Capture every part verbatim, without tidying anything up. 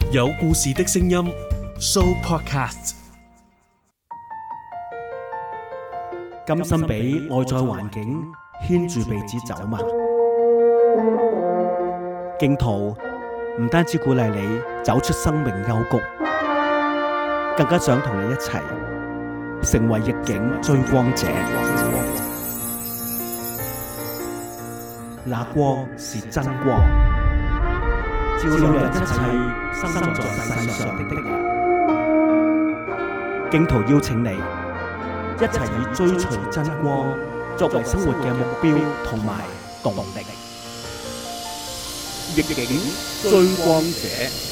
有故事的聲音 Show Podcast。 甘心俾外在環境牽住鼻子走嗎？荊徒唔單止鼓勵你走出生命幽谷，更加想同你一齊成為逆境追光者。那光是真光，照亮一切生在世上的人。荊徒邀請你一齊以追隨真光作為生活嘅目標同埋動力。逆境追光者，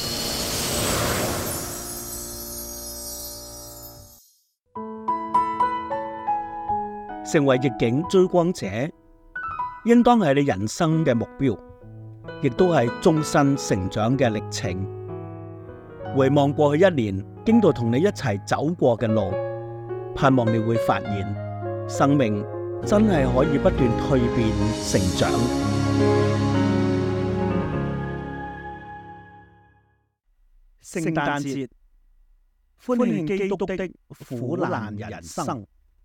成為逆境追光者，應當係你人生嘅目標，亦都係終身成長嘅歷程。回望過去一年，荊徒同你一齊走過嘅路，盼望你會發現，生命真係可以不斷蛻變成長。聖誕節，歡慶基督的苦難人生。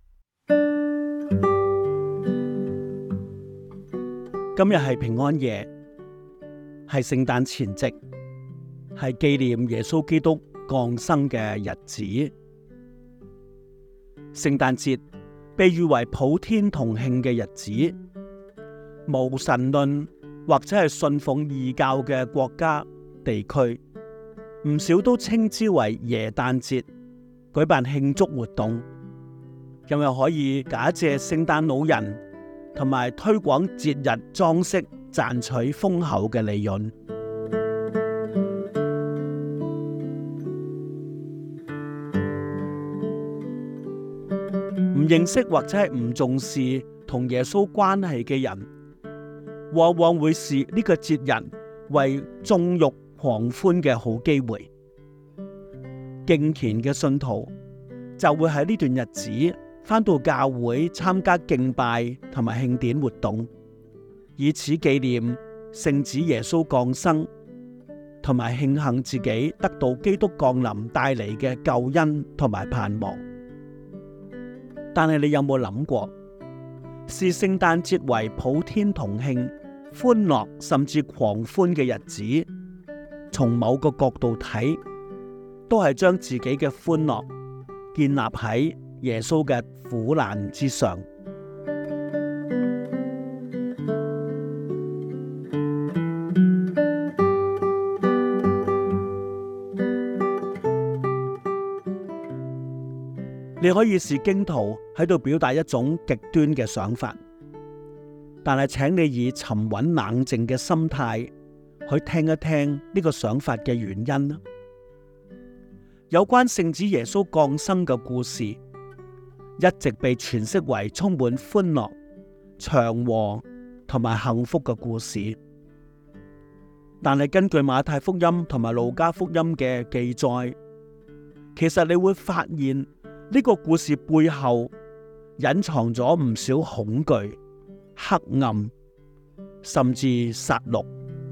今日係平安夜，係聖誕前夕，係紀念耶穌基督降生嘅日子。聖誕節被譽為普天同慶嘅日子，無神論或者係信奉異教嘅國家地區，唔少都稱之為耶誕節，舉辦慶祝活動，又又可以假借聖誕老人同埋推廣節日裝飾，賺取豐厚嘅利潤。唔認識或者係唔重視同耶穌關係嘅人，往往會視呢個節日為縱慾狂歡嘅好機會。敬虔嘅信徒就會喺呢段日子返到教會參加敬拜同埋慶典活動，以此紀念聖子耶穌降生，同埋慶幸自己得到基督降臨帶嚟嘅救恩同埋盼望。但係你有冇諗過，視聖誕節為普天同慶、歡樂甚至狂歡嘅日子，從某個角度睇，都係將自己嘅歡樂建立喺耶穌嘅苦難之上。你可以視荊徒喺度表達一種極端嘅想法，但係請你以沉穩冷靜嘅心態去聽一聽呢個想法嘅原因啦。有關聖子耶穌降生嘅故事，一直被詮釋為充滿歡樂、祥和同埋幸福嘅故事。但係根據馬太福音同埋路加福音嘅記載，其實你會發現呢個故事背後隱藏咗唔少恐懼、黑暗，甚至殺戮。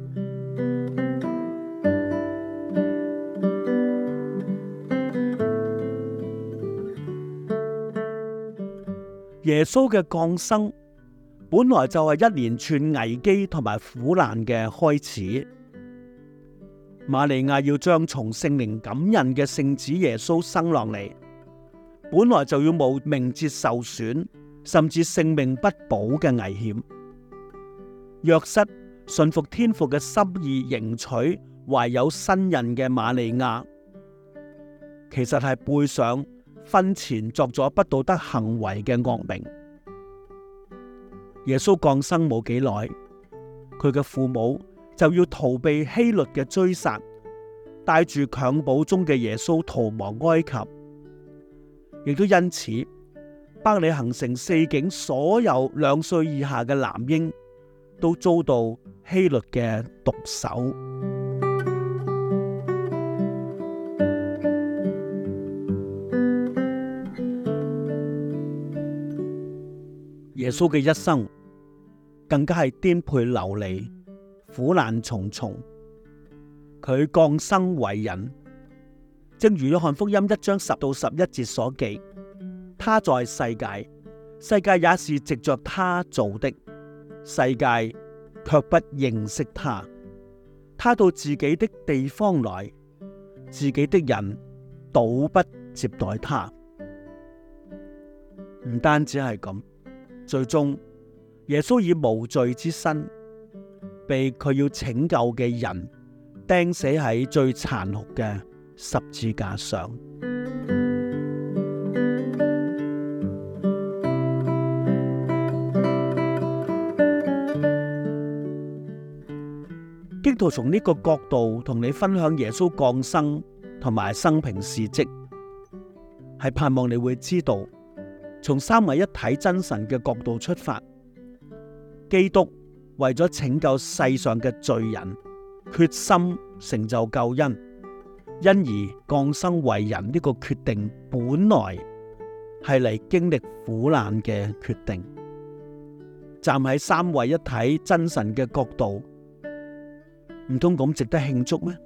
耶穌嘅降生本來就係一連串危機同埋苦難嘅開始。瑪利亞要將從聖靈感孕嘅聖子耶穌生落嚟，本來就要冒名節受損，甚至性命不保嘅危險。約瑟順服天父嘅心意，迎娶懷有身孕嘅瑪利亞，其實係背上婚前作咗不道德行為嘅惡名。耶穌降生冇幾耐，佢嘅父母就要逃避希律嘅追殺，帶住襁褓中嘅耶穌逃亡埃及。亦都因此，伯利恆城四境所有兩歲以下嘅男嬰都遭到希律嘅毒手。耶穌嘅一生更加係顛沛流離、苦難重重。 佢降生為人，正如約翰福音一章十到十一節所記，他在世界，世界也是藉着他造的，世界卻不認識他。他到自己的地方來，自己的人倒不接待他。唔單止係咁，最終耶穌以無罪之身，被佢要拯救嘅人釘死喺最殘酷嘅十字架上。荊徒從呢個角度同你分享耶穌降生同埋生平事蹟，係盼望你會知道，從三位一體真神嘅角度出發，基督為咗拯救世上嘅罪人，決心成就救恩，因而降生為人呢個決定，本來係嚟經歷苦難嘅決定。站喺三位一體真神嘅角度，唔通咁值得慶祝咩？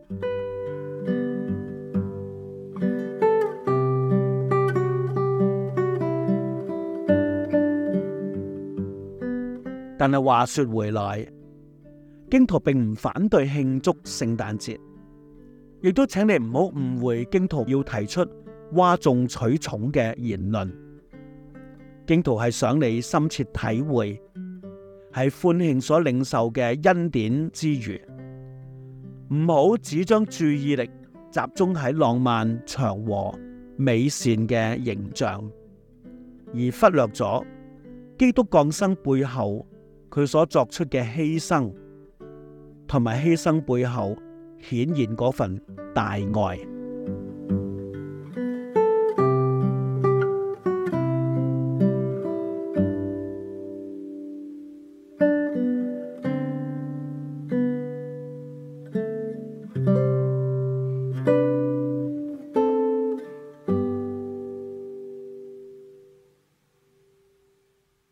但係話說回來，荊徒並唔反對慶祝聖誕節，亦都請你唔好誤會荊徒要提出嘩眾取寵嘅言論。荊徒係想你深切體會喺歡慶所領受嘅恩典之餘，唔好只將注意力集中喺浪漫、祥和、美善嘅形象，而忽略咗基督降生背後佢所作出嘅犧牲，同埋犧牲背後顯現嗰份大愛。